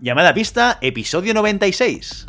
Llamada a Pista, episodio 96.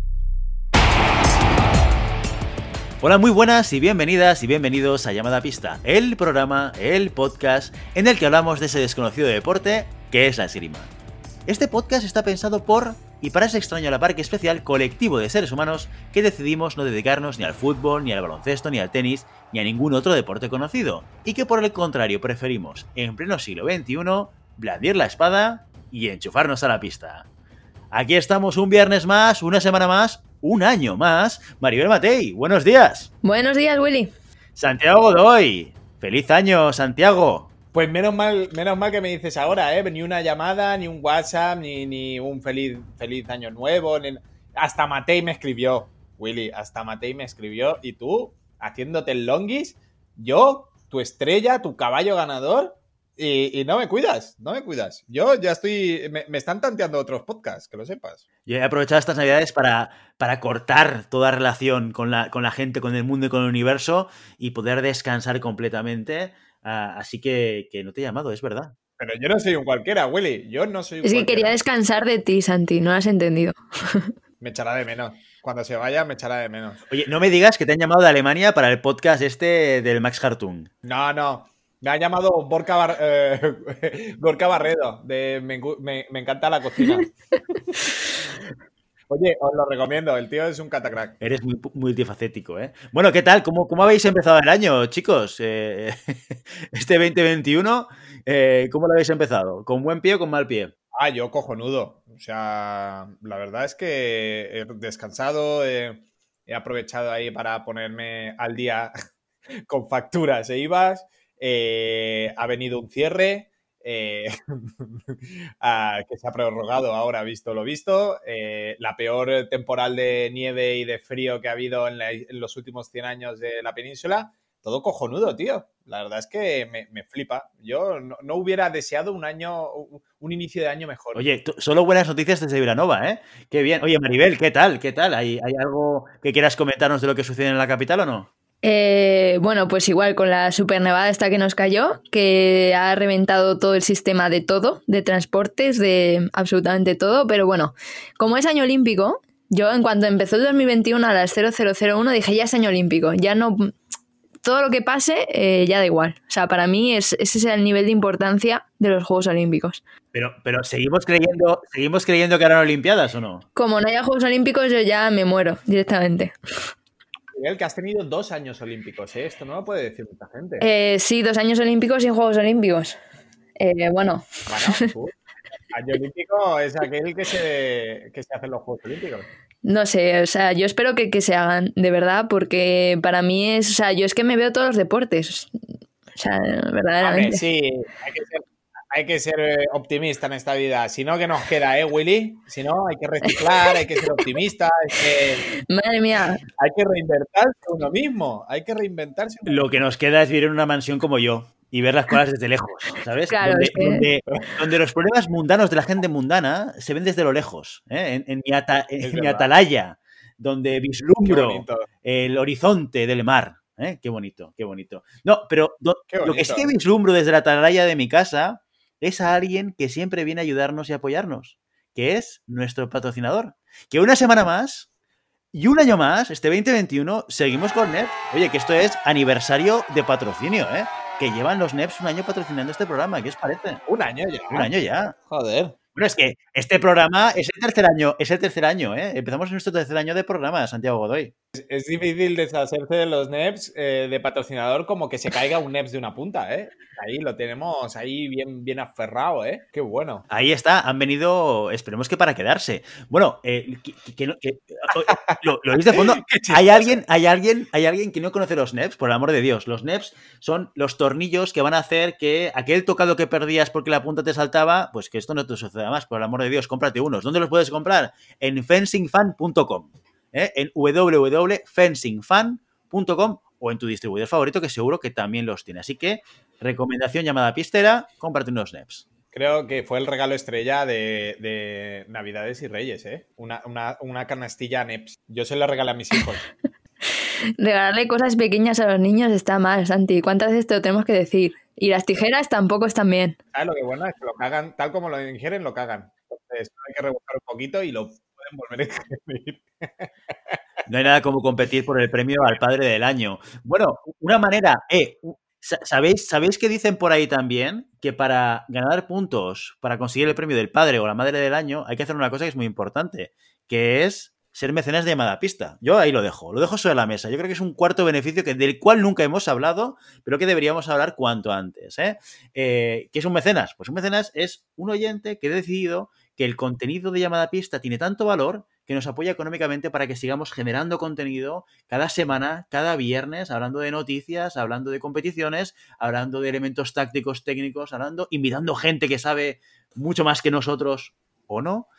Hola, muy buenas y bienvenidas y bienvenidos a Llamada a Pista, el programa, el podcast en el que hablamos de ese desconocido deporte que es la esgrima. Este podcast está pensado por y para ese extraño a la par que especial colectivo de seres humanos que decidimos no dedicarnos ni al fútbol, ni al baloncesto, ni al tenis, ni a ningún otro deporte conocido, y que por el contrario preferimos, en pleno siglo XXI, blandir la espada y enchufarnos a la pista. Aquí estamos un viernes más, una semana más, un año más. Maribel Matei, buenos días. Buenos días, Willy. Santiago Godoy, feliz año, Santiago. Pues menos mal que me dices ahora, ni una llamada, ni un WhatsApp, ni un feliz año nuevo. Hasta Matei me escribió, Willy, y tú, haciéndote el longis, yo, tu estrella, tu caballo ganador, y no me cuidas. Yo ya estoy, me están tanteando otros podcasts, que lo sepas. Yo he aprovechado estas navidades para cortar toda relación con la gente, con el mundo y con el universo y poder descansar completamente. Así que no te he llamado, es verdad. Pero yo no soy un cualquiera, Willy. Yo no soy un Es que cualquiera. quería descansar de ti, Santi, no lo has entendido. Me echará de menos. Cuando se vaya, me echará de menos. Oye, no me digas que te han llamado de Alemania para el podcast este del Max Hartung. No. Me ha llamado Gorka Barredo. Me encanta la cocina. Oye, os lo recomiendo. El tío es un catacrack. Eres muy multifacético, ¿eh? Bueno, ¿qué tal? ¿Cómo habéis empezado el año, chicos? Este 2021, ¿cómo lo habéis empezado? ¿Con buen pie o con mal pie? Yo cojonudo. O sea, la verdad es que he descansado, he aprovechado ahí para ponerme al día con facturas e IVAs. Ha venido un cierre que se ha prorrogado ahora, visto lo visto. La peor temporal de nieve y de frío que ha habido en los últimos 100 años de la península. Todo cojonudo, tío. La verdad es que me flipa. Yo no hubiera deseado un inicio de año mejor. Oye, solo buenas noticias desde Vilanova, ¿eh? Qué bien. Oye, Maribel, ¿qué tal? ¿Hay algo que quieras comentarnos de lo que sucede en la capital o no? Bueno, pues igual con la supernevada esta que nos cayó, que ha reventado todo el sistema de todo, de transportes, de absolutamente todo, pero bueno, como es año olímpico, yo en cuanto empezó el 2021 a las 0001 dije ya es año olímpico, ya no... Todo lo que pase ya da igual. O sea, para mí ese es el nivel de importancia de los Juegos Olímpicos. Pero ¿seguimos creyendo que harán Olimpiadas o no? Como no haya Juegos Olímpicos, yo ya me muero directamente. Miguel, que has tenido 2 años olímpicos, ¿eh? Esto no lo puede decir mucha gente. Sí, 2 años olímpicos y Juegos Olímpicos. Bueno, año olímpico es aquel que se hacen los Juegos Olímpicos. No sé, o sea, yo espero que se hagan, de verdad, porque para mí es, o sea, yo es que me veo todos los deportes, o sea, verdaderamente. Hombre, sí, hay que ser optimista en esta vida, si no, ¿qué nos queda, Willy? Si no, hay que reciclar, hay que ser optimista, Madre mía. Hay que reinventarse uno mismo, Lo que nos queda es vivir en una mansión como yo y ver las cosas desde lejos, ¿sabes? Claro, donde los problemas mundanos de la gente mundana se ven desde lo lejos, ¿eh? En mi atalaya, donde vislumbro el horizonte del mar. Qué bonito. No, pero lo que sí que vislumbro desde la atalaya de mi casa es a alguien que siempre viene a ayudarnos y apoyarnos, que es nuestro patrocinador. Que una semana más y un año más, este 2021, seguimos con NEP. Oye, que esto es aniversario de patrocinio, ¿eh? Que llevan los NEPs un año patrocinando este programa. ¿Qué os parece? Un año ya. Joder. Bueno, es que este programa es el tercer año, ¿eh? Empezamos nuestro tercer año de programa, Santiago Godoy. Es difícil deshacerse de los NEPs de patrocinador como que se caiga un NEPs de una punta, ¿eh? Ahí lo tenemos ahí bien aferrado, ¿eh? Qué bueno. Ahí está, han venido, esperemos que para quedarse. Bueno, lo oís de fondo. ¿Hay alguien que no conoce los NEPs? Por el amor de Dios, los NEPs son los tornillos que van a hacer que aquel tocado que perdías porque la punta te saltaba, pues que esto no te suceda más. Por el amor de Dios, cómprate unos. ¿Dónde los puedes comprar? En fencingfan.com. En www.fencingfan.com o en tu distribuidor favorito, que seguro que también los tiene. Así que, recomendación llamada pistera, cómprate unos NEPs. Creo que fue el regalo estrella de Navidades y Reyes, ¿eh? Una canastilla NEPs. Yo se la regalé a mis hijos. Regalarle cosas pequeñas a los niños está mal, Santi. ¿Cuántas veces te lo tenemos que decir? Y las tijeras tampoco están bien. Lo que bueno es que lo cagan, tal como lo ingieren, lo cagan. Entonces hay que rebuscar un poquito y lo pueden volver a escribir. No hay nada como competir por el premio al padre del año. Bueno, una manera, ¿sabéis que dicen por ahí también que para ganar puntos, para conseguir el premio del padre o la madre del año, hay que hacer una cosa que es muy importante, que es ser mecenas de Llamada Pista? Yo ahí lo dejo sobre la mesa. Yo creo que es un cuarto beneficio del cual nunca hemos hablado, pero que deberíamos hablar cuanto antes. ¿Qué es un mecenas? Pues un mecenas es un oyente que ha decidido que el contenido de Llamada Pista tiene tanto valor que nos apoya económicamente para que sigamos generando contenido cada semana, cada viernes, hablando de noticias, hablando de competiciones, hablando de elementos tácticos, técnicos, invitando gente que sabe mucho más que nosotros o no.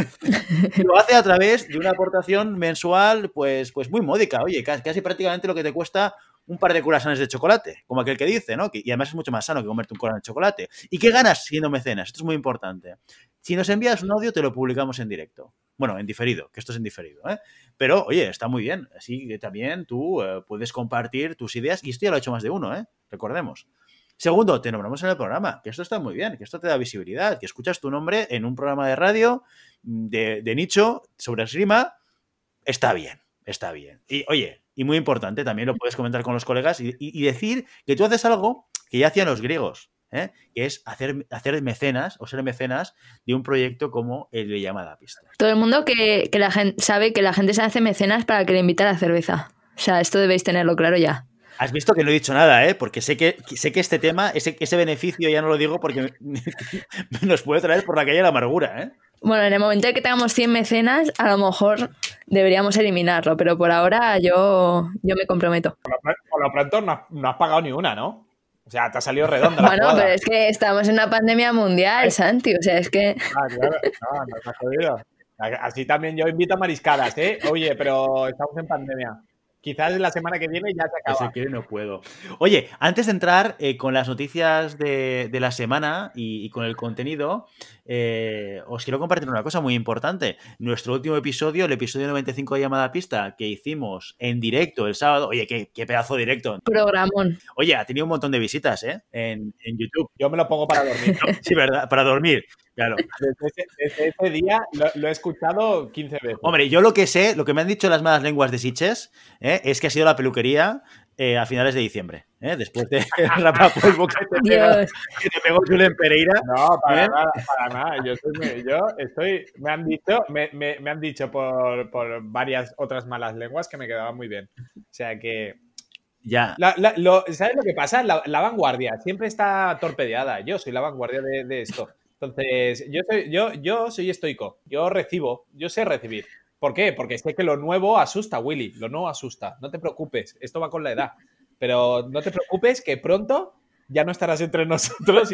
Lo hace a través de una aportación mensual pues muy módica, oye, casi prácticamente lo que te cuesta un par de curasanes de chocolate, como aquel que dice, ¿no? Y además es mucho más sano que comerte un curasán de chocolate. ¿Y qué ganas siendo mecenas? Esto es muy importante. Si nos envías un audio, te lo publicamos en directo. Bueno, en diferido, que esto es en diferido, ¿eh? Pero, oye, está muy bien. Así que también tú puedes compartir tus ideas. Y esto ya lo ha hecho más de uno, ¿eh? Recordemos. Segundo, te nombramos en el programa, que esto está muy bien, que esto te da visibilidad, que escuchas tu nombre en un programa de radio de nicho sobre esgrima. Está bien. Y, oye, y muy importante, también lo puedes comentar con los colegas y decir que tú haces algo que ya hacían los griegos, que es hacer mecenas o ser mecenas de un proyecto como el de Llamada Pista. Todo el mundo que la gente sabe que la gente se hace mecenas para que le invite a la cerveza. O sea, esto debéis tenerlo claro ya. Has visto que no he dicho nada, porque sé que este tema, ese beneficio ya no lo digo porque nos puede traer por la calle la amargura, ¿eh? Bueno, en el momento en que tengamos 100 mecenas, a lo mejor deberíamos eliminarlo, pero por ahora yo me comprometo. Por lo pronto no has pagado ni una, ¿no? O sea, te ha salido redonda la Bueno, jugada. pero es que estamos en una pandemia mundial, Santi, o sea, es que... Claro, no te has jodido. Así también yo invito a mariscadas, ¿eh? Oye, pero estamos en pandemia. Quizás la semana que viene ya se acaba. Si quiere no puedo. Oye, antes de entrar con las noticias de la semana y con el contenido, os quiero compartir una cosa muy importante. Nuestro último episodio, el episodio 95 de Llamada Pista, que hicimos en directo el sábado. Oye, qué pedazo de directo. Programón. Oye, ha tenido un montón de visitas, en YouTube. Yo me lo pongo para dormir. Sí, ¿verdad? Para dormir. Claro. Desde ese día lo he escuchado 15 veces. Hombre, yo lo que sé, lo que me han dicho las malas lenguas de Sitges, es que ha sido la peluquería a finales de diciembre, después de rapapolvo que te pegó Julen Pereira. No, para nada. Me han dicho por varias otras malas lenguas que me quedaban muy bien. O sea que... Ya. ¿Sabes lo que pasa? La vanguardia siempre está torpedeada. Yo soy la vanguardia de esto. Entonces, yo soy estoico. Yo sé recibir. ¿Por qué? Porque sé que lo nuevo asusta, Willy. Lo nuevo asusta. No te preocupes. Esto va con la edad. Pero no te preocupes que pronto ya no estarás entre nosotros.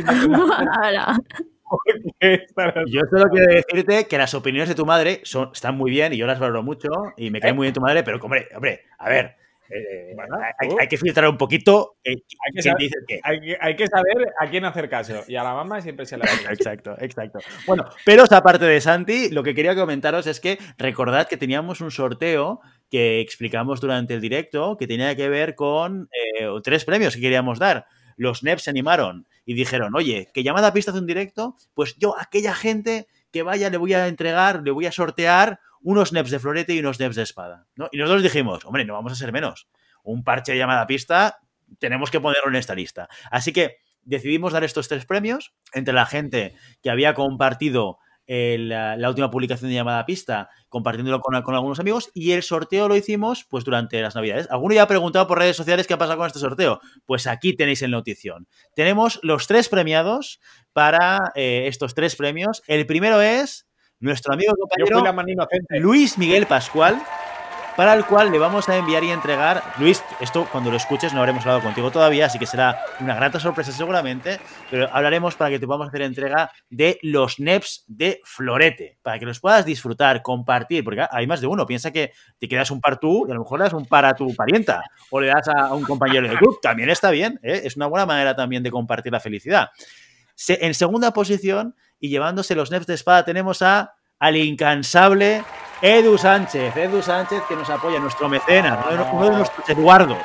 Yo solo quiero decirte que las opiniones de tu madre están muy bien y yo las valoro mucho y me cae muy bien tu madre, pero hombre, a ver... Bueno, hay que filtrar un poquito. Hay que saber a quién hacer caso. Y a la mamá siempre se la hace. Exacto. Bueno, pero aparte de Santi, lo que quería comentaros es que recordad que teníamos un sorteo que explicamos durante el directo que tenía que ver con 3 premios que queríamos dar. Los NEPs se animaron y dijeron, oye, que Llamada Pista hace un directo, pues yo a aquella gente que vaya le voy a sortear unos NEPs de florete y unos NEPs de espada, ¿no? Y nosotros dijimos, hombre, no vamos a ser menos. Un parche de Llamada Pista tenemos que ponerlo en esta lista. Así que decidimos dar estos 3 premios entre la gente que había compartido la última publicación de Llamada Pista, compartiéndolo con algunos amigos, y el sorteo lo hicimos pues durante las Navidades. Alguno ya ha preguntado por redes sociales qué ha pasado con este sorteo. Pues aquí tenéis en notición. Tenemos los 3 premiados para estos 3 premios. El primero es nuestro amigo y compañero Luis Miguel Pascual, para el cual le vamos a enviar y entregar... Luis, esto cuando lo escuches no habremos hablado contigo todavía, así que será una grata sorpresa seguramente, pero hablaremos para que te podamos hacer entrega de los NEPs de florete, para que los puedas disfrutar, compartir, porque hay más de uno. Piensa que te quedas un par tú y a lo mejor le das un par a tu parienta o le das a un compañero de club. También está bien, es una buena manera también de compartir la felicidad. En segunda posición, y llevándose los NEPs de espada, tenemos al incansable Edu Sánchez, que nos apoya, nuestro mecenas, uno de nuestros Eduardos,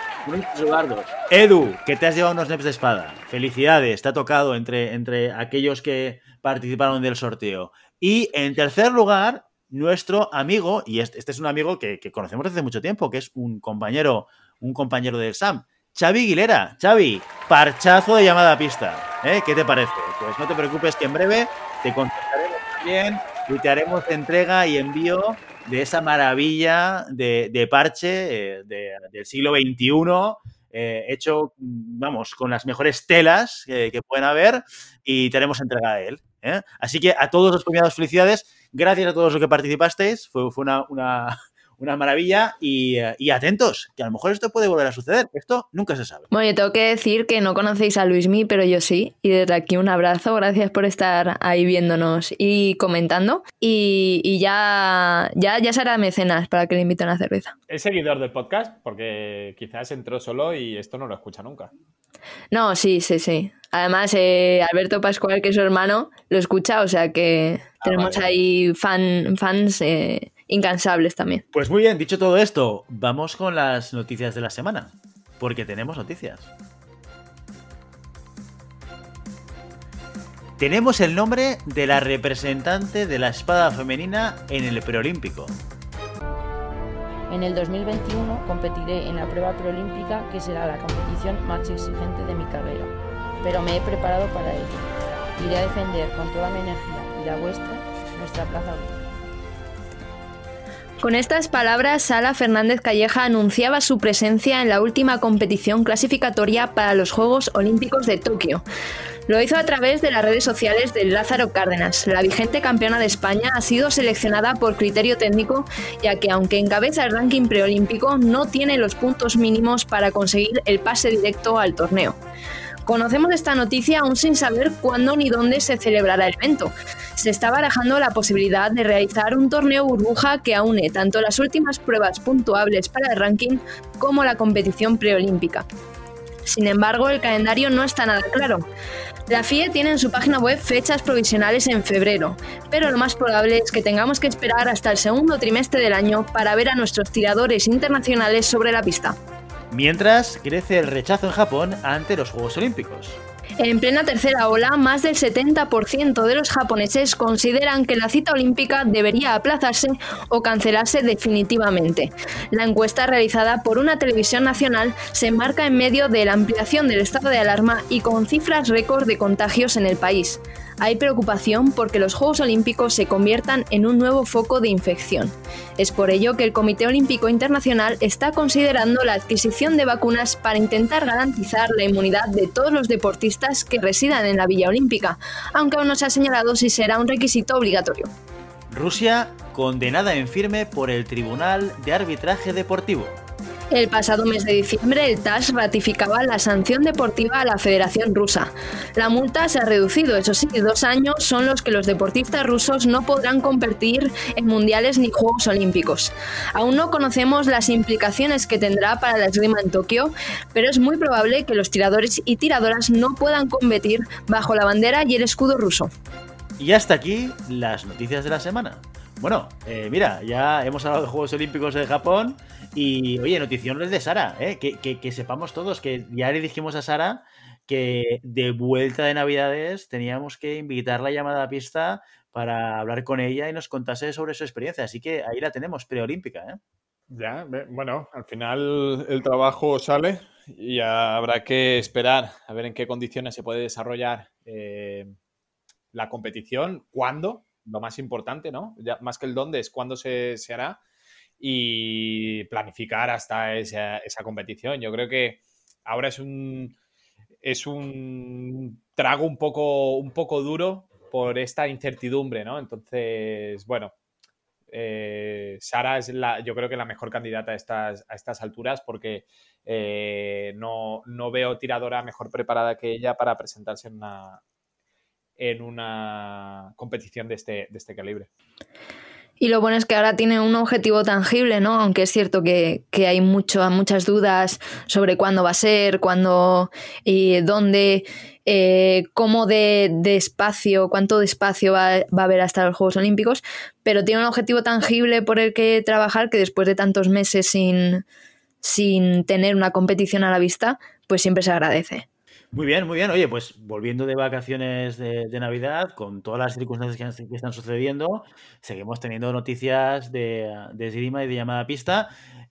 Edu, que te has llevado unos NEPs de espada. Felicidades, te ha tocado entre aquellos que participaron del sorteo. Y en tercer lugar, nuestro amigo, y este es un amigo que conocemos desde mucho tiempo, que es un compañero del SAM, Xavi Aguilera. Xavi, parchazo de llamada a pista. ¿Qué te parece? Pues no te preocupes que en breve te contactaremos también y te haremos entrega y envío de esa maravilla de parche del siglo XXI, hecho, vamos, con las mejores telas que pueden haber, y te haremos entrega de él. Así que a todos los premiados, felicidades. Gracias a todos los que participasteis. Fue una maravilla y atentos, que a lo mejor esto puede volver a suceder. Esto nunca se sabe. Bueno, yo tengo que decir que no conocéis a Luismi, pero yo sí. Y desde aquí un abrazo. Gracias por estar ahí viéndonos y comentando. Y ya será mecenas para que le inviten a una cerveza. Es seguidor del podcast porque quizás entró solo y esto no lo escucha nunca. No, sí. Además, Alberto Pascual, que es su hermano, lo escucha, o sea que tenemos vale. ahí fans incansables también. Pues muy bien, dicho todo esto, vamos con las noticias de la semana, porque tenemos noticias. Tenemos el nombre de la representante de la espada femenina en el preolímpico. En el 2021 competiré en la prueba preolímpica, que será la competición más exigente de mi carrera, pero me he preparado para ello. Iré a defender con toda mi energía y la vuestra nuestra plaza olímpica. Con estas palabras, Sara Fernández Calleja anunciaba su presencia en la última competición clasificatoria para los Juegos Olímpicos de Tokio. Lo hizo a través de las redes sociales de Lázaro Cárdenas. La vigente campeona de España ha sido seleccionada por criterio técnico, ya que aunque encabeza el ranking preolímpico, no tiene los puntos mínimos para conseguir el pase directo al torneo. Conocemos esta noticia aún sin saber cuándo ni dónde se celebrará el evento. Se está barajando la posibilidad de realizar un torneo burbuja que aúne tanto las últimas pruebas puntuables para el ranking como la competición preolímpica. Sin embargo, el calendario no está nada claro. La FIE tiene en su página web fechas provisionales en febrero, pero lo más probable es que tengamos que esperar hasta el segundo trimestre del año para ver a nuestros tiradores internacionales sobre la pista. Mientras, crece el rechazo en Japón ante los Juegos Olímpicos. En plena tercera ola, más del 70% de los japoneses consideran que la cita olímpica debería aplazarse o cancelarse definitivamente. La encuesta realizada por una televisión nacional se enmarca en medio de la ampliación del estado de alarma y con cifras récord de contagios en el país. Hay preocupación porque los Juegos Olímpicos se conviertan en un nuevo foco de infección. Es por ello que el Comité Olímpico Internacional está considerando la adquisición de vacunas para intentar garantizar la inmunidad de todos los deportistas que residan en la Villa Olímpica, aunque aún no se ha señalado si será un requisito obligatorio. Rusia, condenada en firme por el Tribunal de Arbitraje Deportivo. El pasado mes de diciembre, el TAS ratificaba la sanción deportiva a la Federación Rusa. La multa se ha reducido, eso sí, 2 años son los que los deportistas rusos no podrán competir en mundiales ni Juegos Olímpicos. Aún no conocemos las implicaciones que tendrá para la esgrima en Tokio, pero es muy probable que los tiradores y tiradoras no puedan competir bajo la bandera y el escudo ruso. Y hasta aquí las noticias de la semana. Bueno, mira, ya hemos hablado de Juegos Olímpicos de Japón y, oye, noticiones de Sara, que sepamos todos que ya le dijimos a Sara que de vuelta de Navidades teníamos que invitarla a llamada a pista para hablar con ella y nos contase sobre su experiencia. Así que ahí la tenemos, preolímpica, ¿eh? Ya, bueno, al final el trabajo sale y habrá que esperar a ver en qué condiciones se puede desarrollar la competición, cuándo, lo más importante, ¿no? Ya, más que el dónde, es cuándo se hará y planificar hasta esa competición. Yo creo que ahora es un trago un poco duro por esta incertidumbre, ¿no? Entonces, bueno, Sara es yo creo que la mejor candidata a estas alturas porque no veo tiradora mejor preparada que ella para presentarse en una competición de este calibre. Y lo bueno es que ahora tiene un objetivo tangible, ¿no? Aunque es cierto que hay muchas dudas sobre cuándo va a ser, cuándo y dónde, cómo de espacio, cuánto de espacio va a haber hasta los Juegos Olímpicos, pero tiene un objetivo tangible por el que trabajar que después de tantos meses sin tener una competición a la vista, pues siempre se agradece. Muy bien, muy bien. Oye, pues volviendo de vacaciones de Navidad, con todas las circunstancias que están sucediendo, seguimos teniendo noticias de esgrima y de llamada a pista.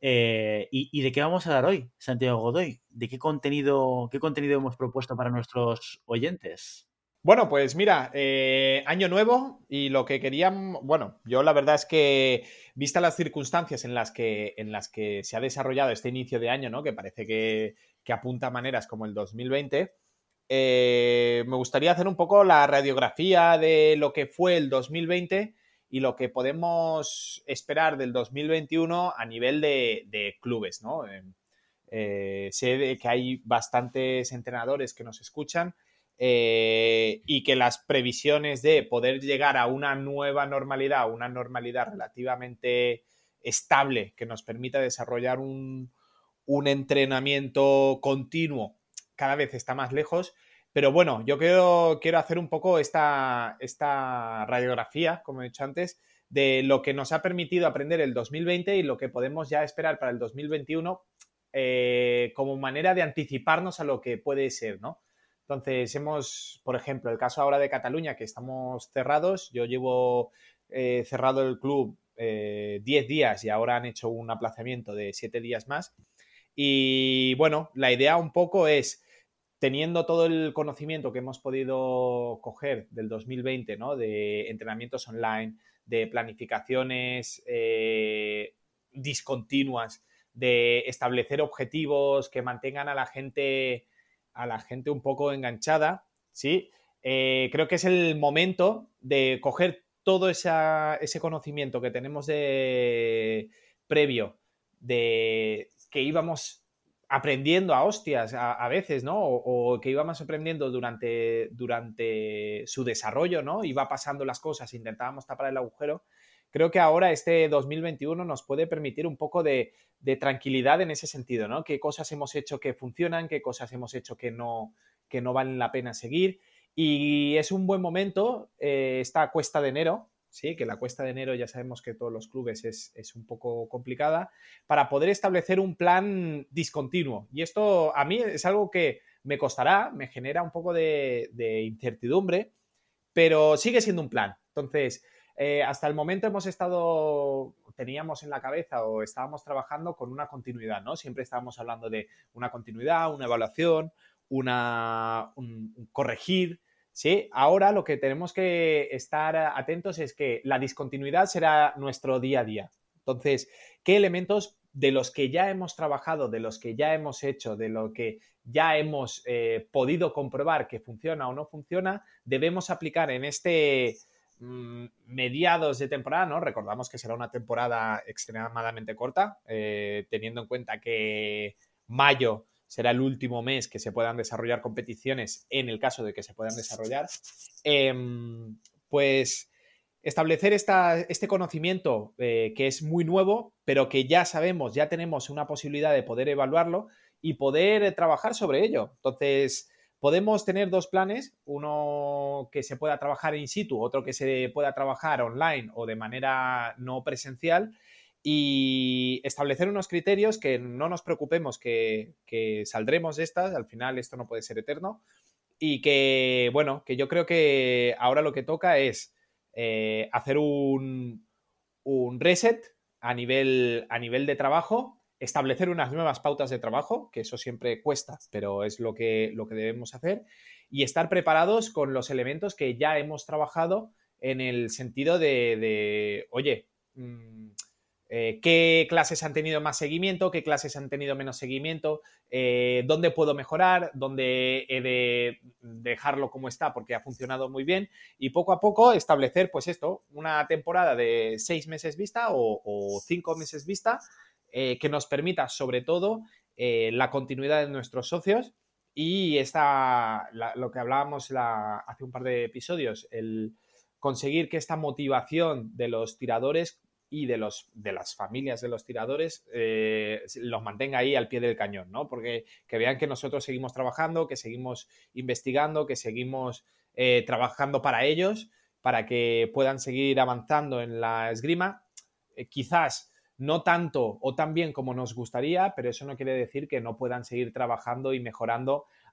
¿Y de qué vamos a hablar hoy, Santiago Godoy? ¿De qué contenido hemos propuesto para nuestros oyentes? Bueno, pues mira, año nuevo y lo que querían, bueno, yo la verdad es que, vista las circunstancias en las que se ha desarrollado este inicio de año, ¿no? Que parece que apunta a maneras como el 2020, me gustaría hacer un poco la radiografía de lo que fue el 2020 y lo que podemos esperar del 2021 a nivel de clubes, ¿no? Sé que hay bastantes entrenadores que nos escuchan y que las previsiones de poder llegar a una nueva normalidad, una normalidad relativamente estable que nos permita desarrollar un entrenamiento continuo cada vez está más lejos. Pero bueno, yo quiero hacer un poco esta radiografía, como he dicho antes, de lo que nos ha permitido aprender el 2020 y lo que podemos ya esperar para el 2021 como manera de anticiparnos a lo que puede ser, ¿no? Entonces, por ejemplo, el caso ahora de Cataluña, que estamos cerrados. Yo llevo cerrado el club 10 días y ahora han hecho un aplazamiento de 7 días más. Y bueno, la idea un poco es, teniendo todo el conocimiento que hemos podido coger del 2020, ¿no? De entrenamientos online, de planificaciones discontinuas, de establecer objetivos que mantengan a la gente un poco enganchada, ¿sí? Creo que es el momento de coger todo ese conocimiento que tenemos previo, de que íbamos aprendiendo a hostias a veces, ¿no? O que íbamos aprendiendo durante su desarrollo, ¿no? Iba pasando las cosas, intentábamos tapar el agujero. Creo que ahora este 2021 nos puede permitir un poco de tranquilidad en ese sentido, ¿no? Qué cosas hemos hecho que funcionan, qué cosas hemos hecho que no valen la pena seguir. Y es un buen momento esta cuesta de enero, ¿sí? Que la cuesta de enero ya sabemos que todos los clubes es un poco complicada, para poder establecer un plan discontinuo. Y esto a mí es algo que me costará, me genera un poco de incertidumbre, pero sigue siendo un plan. Entonces, hasta el momento teníamos en la cabeza o estábamos trabajando con una continuidad, ¿no? Siempre estábamos hablando de una continuidad, una evaluación, un corregir, ¿sí? Ahora lo que tenemos que estar atentos es que la discontinuidad será nuestro día a día. Entonces, ¿qué elementos de los que ya hemos trabajado, de los que ya hemos hecho, de lo que ya hemos podido comprobar que funciona o no funciona, debemos aplicar en este mediados de temporada, ¿no? Recordamos que será una temporada extremadamente corta, teniendo en cuenta que mayo será el último mes que se puedan desarrollar competiciones, en el caso de que se puedan desarrollar. Pues establecer este conocimiento que es muy nuevo, pero que ya sabemos, ya tenemos una posibilidad de poder evaluarlo y poder trabajar sobre ello. Entonces, podemos tener dos planes, uno que se pueda trabajar in situ, otro que se pueda trabajar online o de manera no presencial, y establecer unos criterios que no nos preocupemos que saldremos de estas, al final esto no puede ser eterno, y que, bueno, que yo creo que ahora lo que toca es hacer un reset a nivel de trabajo, establecer unas nuevas pautas de trabajo, que eso siempre cuesta, pero es lo que debemos hacer, y estar preparados con los elementos que ya hemos trabajado, en el sentido de oye, qué clases han tenido más seguimiento, qué clases han tenido menos seguimiento, dónde puedo mejorar, dónde he de dejarlo como está porque ha funcionado muy bien, y poco a poco establecer, pues esto, una temporada de 6 meses vista o 5 meses vista, que nos permita sobre todo la continuidad de nuestros socios y lo que hablábamos hace un par de episodios, el conseguir que esta motivación de los tiradores y de las familias de los tiradores los mantenga ahí al pie del cañón, ¿no? Porque que vean que nosotros seguimos trabajando, que seguimos investigando, que seguimos trabajando para ellos, para que puedan seguir avanzando en la esgrima. Quizás no tanto o tan bien como nos gustaría, pero eso no quiere decir que no puedan seguir trabajando y mejorando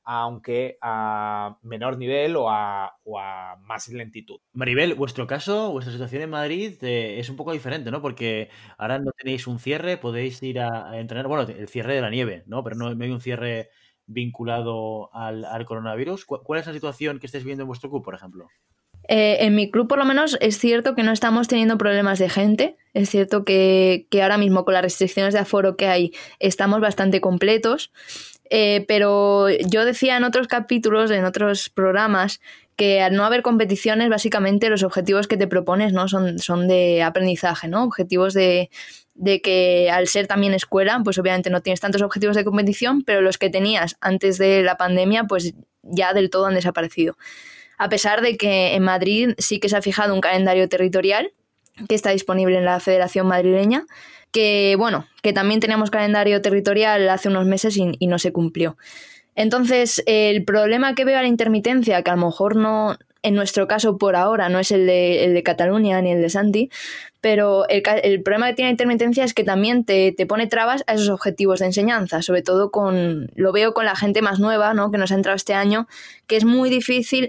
aunque a menor nivel o a más lentitud. Maribel, vuestro caso, vuestra situación en Madrid es un poco diferente, ¿no? Porque ahora no tenéis un cierre, podéis ir a entrenar, bueno, el cierre de la nieve, ¿no? Pero no hay un cierre vinculado al coronavirus. ¿Cuál es la situación que estáis viendo en vuestro club, por ejemplo? En mi club, por lo menos, es cierto que no estamos teniendo problemas de gente. Es cierto que ahora mismo, con las restricciones de aforo que hay, estamos bastante completos. Pero yo decía en otros capítulos, en otros programas, que al no haber competiciones, básicamente los objetivos que te propones, ¿no? son de aprendizaje, ¿no? Objetivos de que al ser también escuela, pues obviamente no tienes tantos objetivos de competición, pero los que tenías antes de la pandemia, pues ya del todo han desaparecido. A pesar de que en Madrid sí que se ha fijado un calendario territorial que está disponible en la Federación Madrileña, que también teníamos calendario territorial hace unos meses y no se cumplió. Entonces, el problema que veo a la intermitencia, que a lo mejor no, en nuestro caso por ahora, no es el de Cataluña ni el de Santi, pero el problema que tiene la intermitencia es que también te pone trabas a esos objetivos de enseñanza, sobre todo lo veo con la gente más nueva, ¿no? Que nos ha entrado este año, que es muy difícil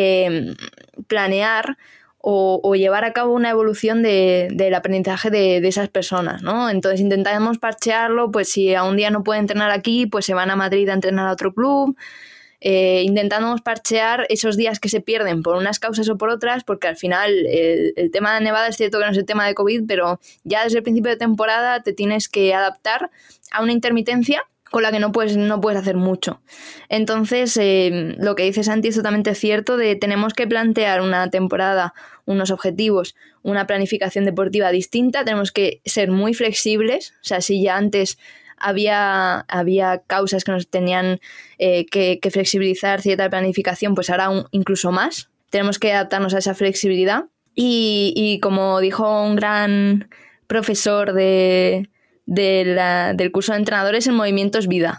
planear o llevar a cabo una evolución del aprendizaje de esas personas, ¿no? Entonces intentamos parchearlo, pues si a un día no pueden entrenar aquí, pues se van a Madrid a entrenar a otro club, intentamos parchear esos días que se pierden por unas causas o por otras, porque al final el tema de Nevada es cierto que no es el tema de COVID, pero ya desde el principio de temporada te tienes que adaptar a una intermitencia con la que no puedes hacer mucho. Entonces, lo que dice Santi es totalmente cierto, tenemos que plantear una temporada, unos objetivos, una planificación deportiva distinta, tenemos que ser muy flexibles, o sea, si ya antes había causas que nos tenían que flexibilizar cierta planificación, pues ahora incluso más, tenemos que adaptarnos a esa flexibilidad y como dijo un gran profesor del curso de entrenadores, el movimiento es vida.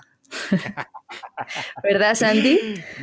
¿Verdad, Santi?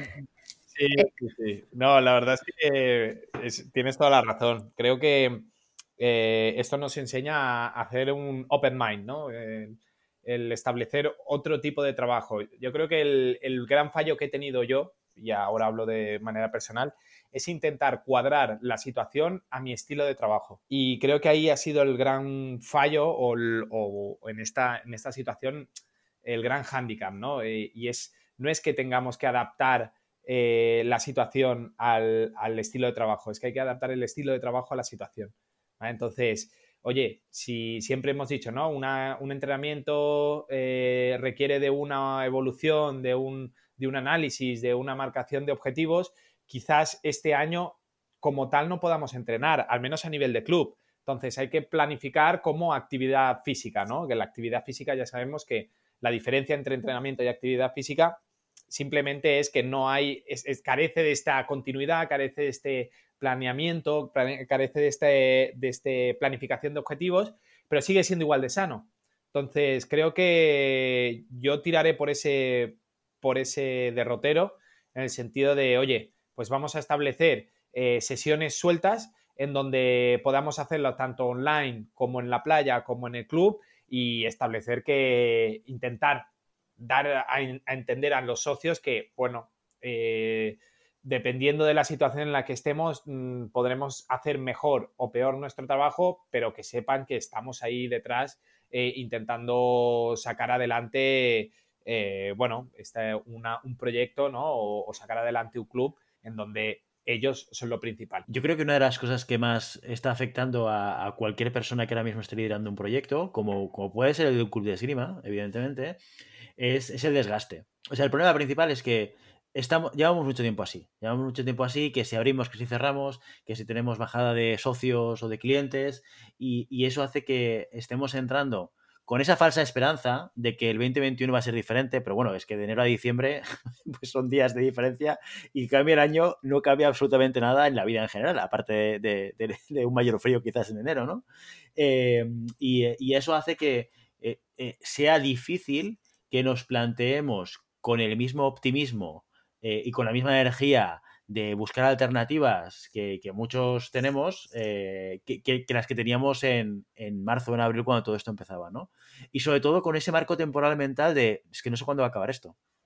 Sí. No, la verdad es que tienes toda la razón. Creo que esto nos enseña a hacer un open mind, ¿no? El establecer otro tipo de trabajo. Yo creo que el gran fallo que he tenido yo, y ahora hablo de manera personal, es intentar cuadrar la situación a mi estilo de trabajo. Y creo que ahí ha sido el gran fallo o en esta situación el gran hándicap, ¿no? No es que tengamos que adaptar la situación al estilo de trabajo, es que hay que adaptar el estilo de trabajo a la situación, ¿vale? Entonces, oye, si siempre hemos dicho, ¿no? Un entrenamiento requiere de una evolución, de un análisis, de una marcación de objetivos, quizás este año como tal no podamos entrenar, al menos a nivel de club. Entonces hay que planificar como actividad física, ¿no? Que la actividad física ya sabemos que la diferencia entre entrenamiento y actividad física simplemente es que no hay, carece de esta continuidad, carece de este planeamiento, carece de este planificación de objetivos, pero sigue siendo igual de sano. Entonces creo que yo tiraré por ese derrotero en el sentido de, oye, pues vamos a establecer sesiones sueltas en donde podamos hacerlo tanto online como en la playa como en el club y establecer que intentar dar a entender a los socios que, bueno, dependiendo de la situación en la que estemos, podremos hacer mejor o peor nuestro trabajo, pero que sepan que estamos ahí detrás intentando sacar adelante un proyecto, ¿no? O sacar adelante un club en donde ellos son lo principal. Yo creo que una de las cosas que más está afectando a cualquier persona que ahora mismo esté liderando un proyecto, como puede ser el de un club de esgrima, evidentemente, es el desgaste. O sea, el problema principal es que llevamos mucho tiempo así. Llevamos mucho tiempo así, que si abrimos, que si cerramos, que si tenemos bajada de socios o de clientes, y eso hace que estemos entrando con esa falsa esperanza de que el 2021 va a ser diferente, pero bueno, es que de enero a diciembre pues son días de diferencia y cambia el año, no cambia absolutamente nada en la vida en general, aparte de un mayor frío quizás en enero, ¿no? Y eso hace que sea difícil que nos planteemos con el mismo optimismo y con la misma energía de buscar alternativas que muchos tenemos, que las que teníamos en marzo o en abril cuando todo esto empezaba, ¿no? Y sobre todo con ese marco temporal mental de, es que no sé cuándo va a acabar esto,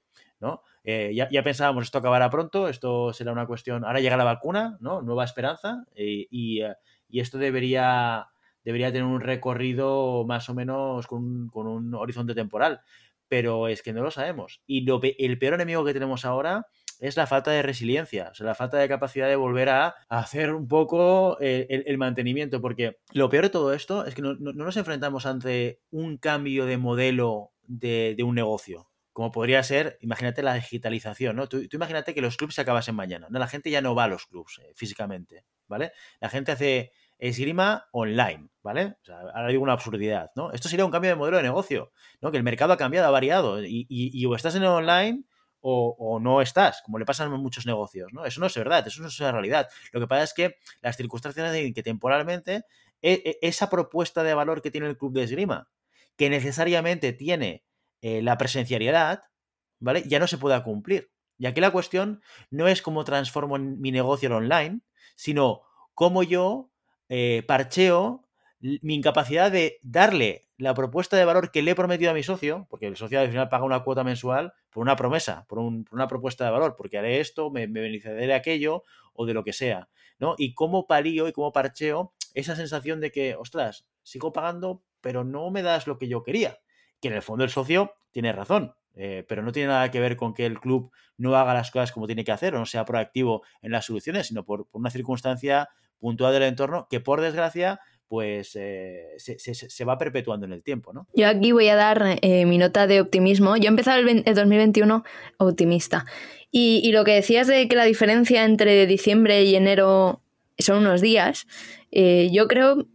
¿no? Ya pensábamos, esto acabará pronto, esto será una cuestión, ahora llega la vacuna, ¿no? Nueva esperanza, y esto debería tener un recorrido más o menos con un horizonte temporal, pero es que no lo sabemos. Y el peor enemigo que tenemos ahora es la falta de resiliencia, o sea, la falta de capacidad de volver a hacer un poco el mantenimiento, porque lo peor de todo esto es que no nos enfrentamos ante un cambio de modelo de un negocio, como podría ser, imagínate la digitalización, ¿no? Tú imagínate que los clubs se acabasen mañana, ¿no? La gente ya no va a los clubs físicamente, ¿vale? La gente hace esgrima online, ¿vale? O sea, ahora digo una absurdidad, ¿no? Esto sería un cambio de modelo de negocio, ¿no? Que el mercado ha cambiado, ha variado, y o estás en el online o no estás, como le pasa en muchos negocios, ¿no? Eso no es verdad, eso no es una realidad. Lo que pasa es que las circunstancias hacen que temporalmente esa propuesta de valor que tiene el club de esgrima, que necesariamente tiene la presencialidad, ¿vale? Ya no se pueda cumplir. Y aquí la cuestión no es cómo transformo mi negocio en online, sino cómo yo parcheo mi incapacidad de darle la propuesta de valor que le he prometido a mi socio, porque el socio al final paga una cuota mensual por una promesa, por una propuesta de valor, porque haré esto, me beneficiaré de aquello o de lo que sea, ¿no? Y cómo palío y cómo parcheo esa sensación de que, ostras, sigo pagando, pero no me das lo que yo quería. Que en el fondo el socio tiene razón, pero no tiene nada que ver con que el club no haga las cosas como tiene que hacer o no sea proactivo en las soluciones, sino por una circunstancia puntual del entorno que, por desgracia, pues se va perpetuando en el tiempo, ¿no? Yo aquí voy a dar mi nota de optimismo. Yo he empezado el 2021 optimista. Y lo que decías de que la diferencia entre diciembre y enero son unos días, yo creo,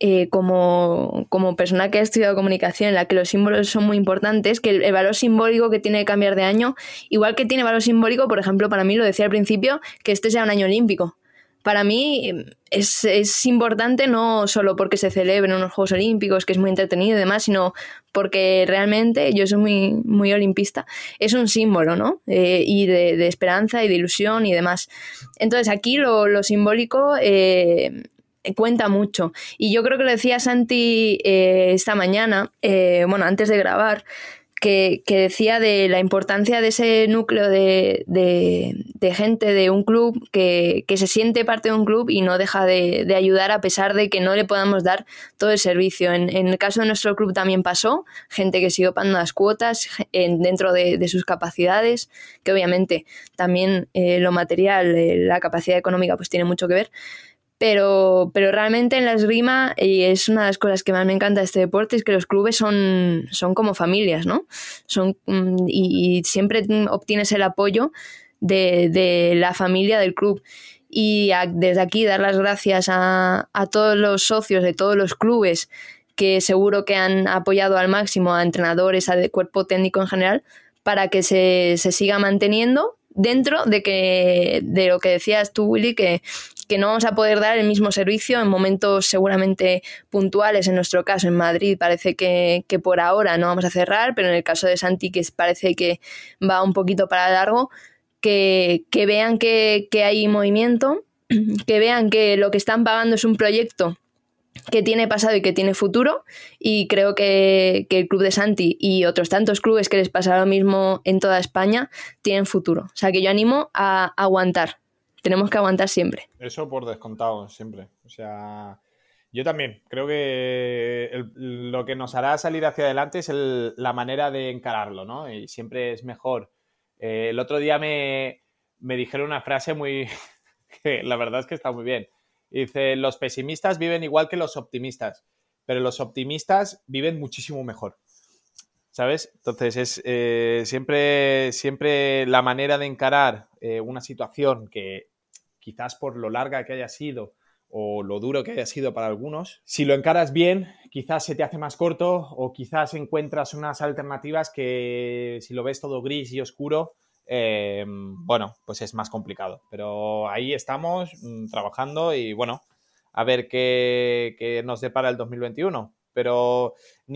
como persona que ha estudiado comunicación, en la que los símbolos son muy importantes, que el valor simbólico que tiene que cambiar de año, igual que tiene valor simbólico, por ejemplo, para mí, lo decía al principio, que este sea un año olímpico. Para mí es importante no solo porque se celebren unos Juegos Olímpicos, que es muy entretenido y demás, sino porque realmente, yo soy muy, muy olimpista, es un símbolo, ¿no? Y de esperanza y de ilusión y demás. Entonces aquí lo simbólico cuenta mucho. Y yo creo que lo decía Santi esta mañana, antes de grabar, que decía de la importancia de ese núcleo de gente de un club que se siente parte de un club y no deja de ayudar a pesar de que no le podamos dar todo el servicio. En el caso de nuestro club también pasó, gente que siguió pagando las cuotas dentro de sus capacidades, que obviamente también lo material, la capacidad económica pues tiene mucho que ver. Pero realmente en la esgrima, y es una de las cosas que más me encanta de este deporte, es que los clubes son como familias, ¿no? Y siempre obtienes el apoyo de la familia del club. Y desde aquí dar las gracias a todos los socios de todos los clubes que seguro que han apoyado al máximo a entrenadores, al cuerpo técnico en general, para que se siga manteniendo dentro de lo que decías tú, Willy, que no vamos a poder dar el mismo servicio en momentos seguramente puntuales. En nuestro caso, en Madrid, parece que por ahora no vamos a cerrar, pero en el caso de Santi, que parece que va un poquito para largo, que vean que hay movimiento, que vean que lo que están pagando es un proyecto que tiene pasado y que tiene futuro, y creo que el club de Santi y otros tantos clubes que les pasa lo mismo en toda España tienen futuro. O sea que yo animo a aguantar. Tenemos que aguantar siempre. Eso por descontado, siempre. O sea, yo también creo que lo que nos hará salir hacia adelante es la manera de encararlo, ¿no? Y siempre es mejor. El otro día me dijeron una frase muy... que la verdad es que está muy bien. Dice, los pesimistas viven igual que los optimistas, pero los optimistas viven muchísimo mejor. ¿Sabes? Entonces es siempre la manera de encarar una situación que quizás por lo larga que haya sido o lo duro que haya sido para algunos, si lo encaras bien, quizás se te hace más corto o quizás encuentras unas alternativas que si lo ves todo gris y oscuro, pues es más complicado. Pero ahí estamos trabajando y bueno, a ver qué nos depara el 2021. Pero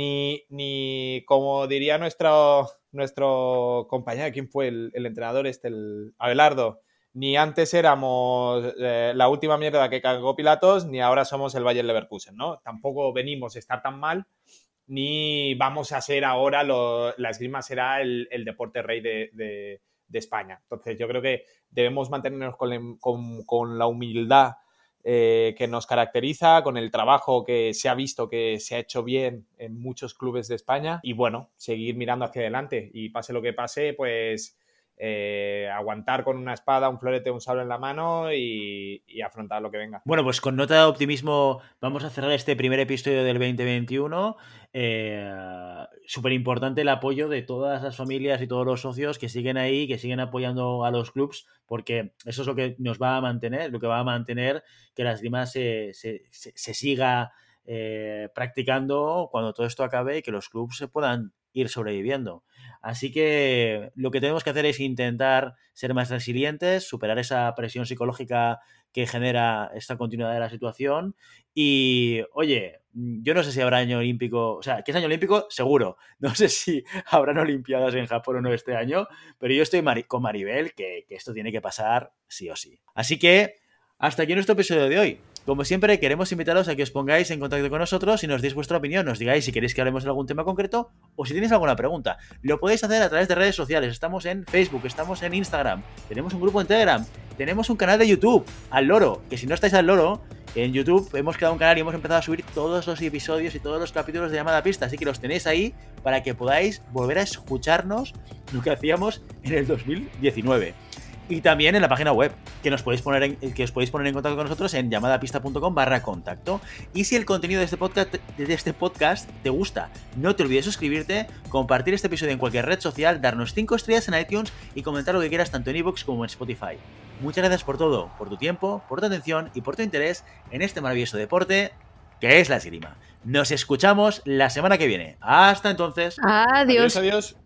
ni como diría nuestro compañero, ¿quién fue el entrenador el Abelardo? Ni antes éramos la última mierda que cagó Pilatos, ni ahora somos el Bayer Leverkusen, ¿no? Tampoco venimos a estar tan mal, ni vamos a ser ahora, la esgrima será el deporte rey de España. Entonces yo creo que debemos mantenernos con la humildad que nos caracteriza, con el trabajo que se ha visto que se ha hecho bien en muchos clubes de España y bueno, seguir mirando hacia adelante y pase lo que pase, pues aguantar con una espada, un florete, un sable en la mano y afrontar lo que venga. Bueno, pues con nota de optimismo vamos a cerrar este primer episodio del 2021. Súper importante el apoyo de todas las familias y todos los socios que siguen ahí, que siguen apoyando a los clubs, porque eso es lo que nos va a mantener, lo que va a mantener que la esgrima se siga practicando cuando todo esto acabe y que los clubs se puedan ir sobreviviendo. Así que lo que tenemos que hacer es intentar ser más resilientes, superar esa presión psicológica que genera esta continuidad de la situación. Y, oye, yo no sé si habrá año olímpico, o sea, que es año olímpico, seguro. No sé si habrán olimpiadas en Japón o no este año, pero yo estoy con Maribel que esto tiene que pasar sí o sí. Así que, hasta aquí nuestro episodio de hoy. Como siempre, queremos invitaros a que os pongáis en contacto con nosotros y nos deis vuestra opinión, nos digáis si queréis que hablemos de algún tema concreto o si tenéis alguna pregunta. Lo podéis hacer a través de redes sociales, estamos en Facebook, estamos en Instagram, tenemos un grupo en Telegram, tenemos un canal de YouTube, Al Loro, que si no estáis al loro, en YouTube hemos creado un canal y hemos empezado a subir todos los episodios y todos los capítulos de Llamada a Pista, así que los tenéis ahí para que podáis volver a escucharnos lo que hacíamos en el 2019. Y también en la página web, que os podéis poner en contacto con nosotros en llamadapista.com/contacto. Y si el contenido de este podcast te gusta, no te olvides suscribirte, compartir este episodio en cualquier red social, darnos 5 estrellas en iTunes y comentar lo que quieras tanto en iVoox como en Spotify. Muchas gracias por todo, por tu tiempo, por tu atención y por tu interés en este maravilloso deporte que es la esgrima. Nos escuchamos la semana que viene. Hasta entonces. Adiós. Adiós.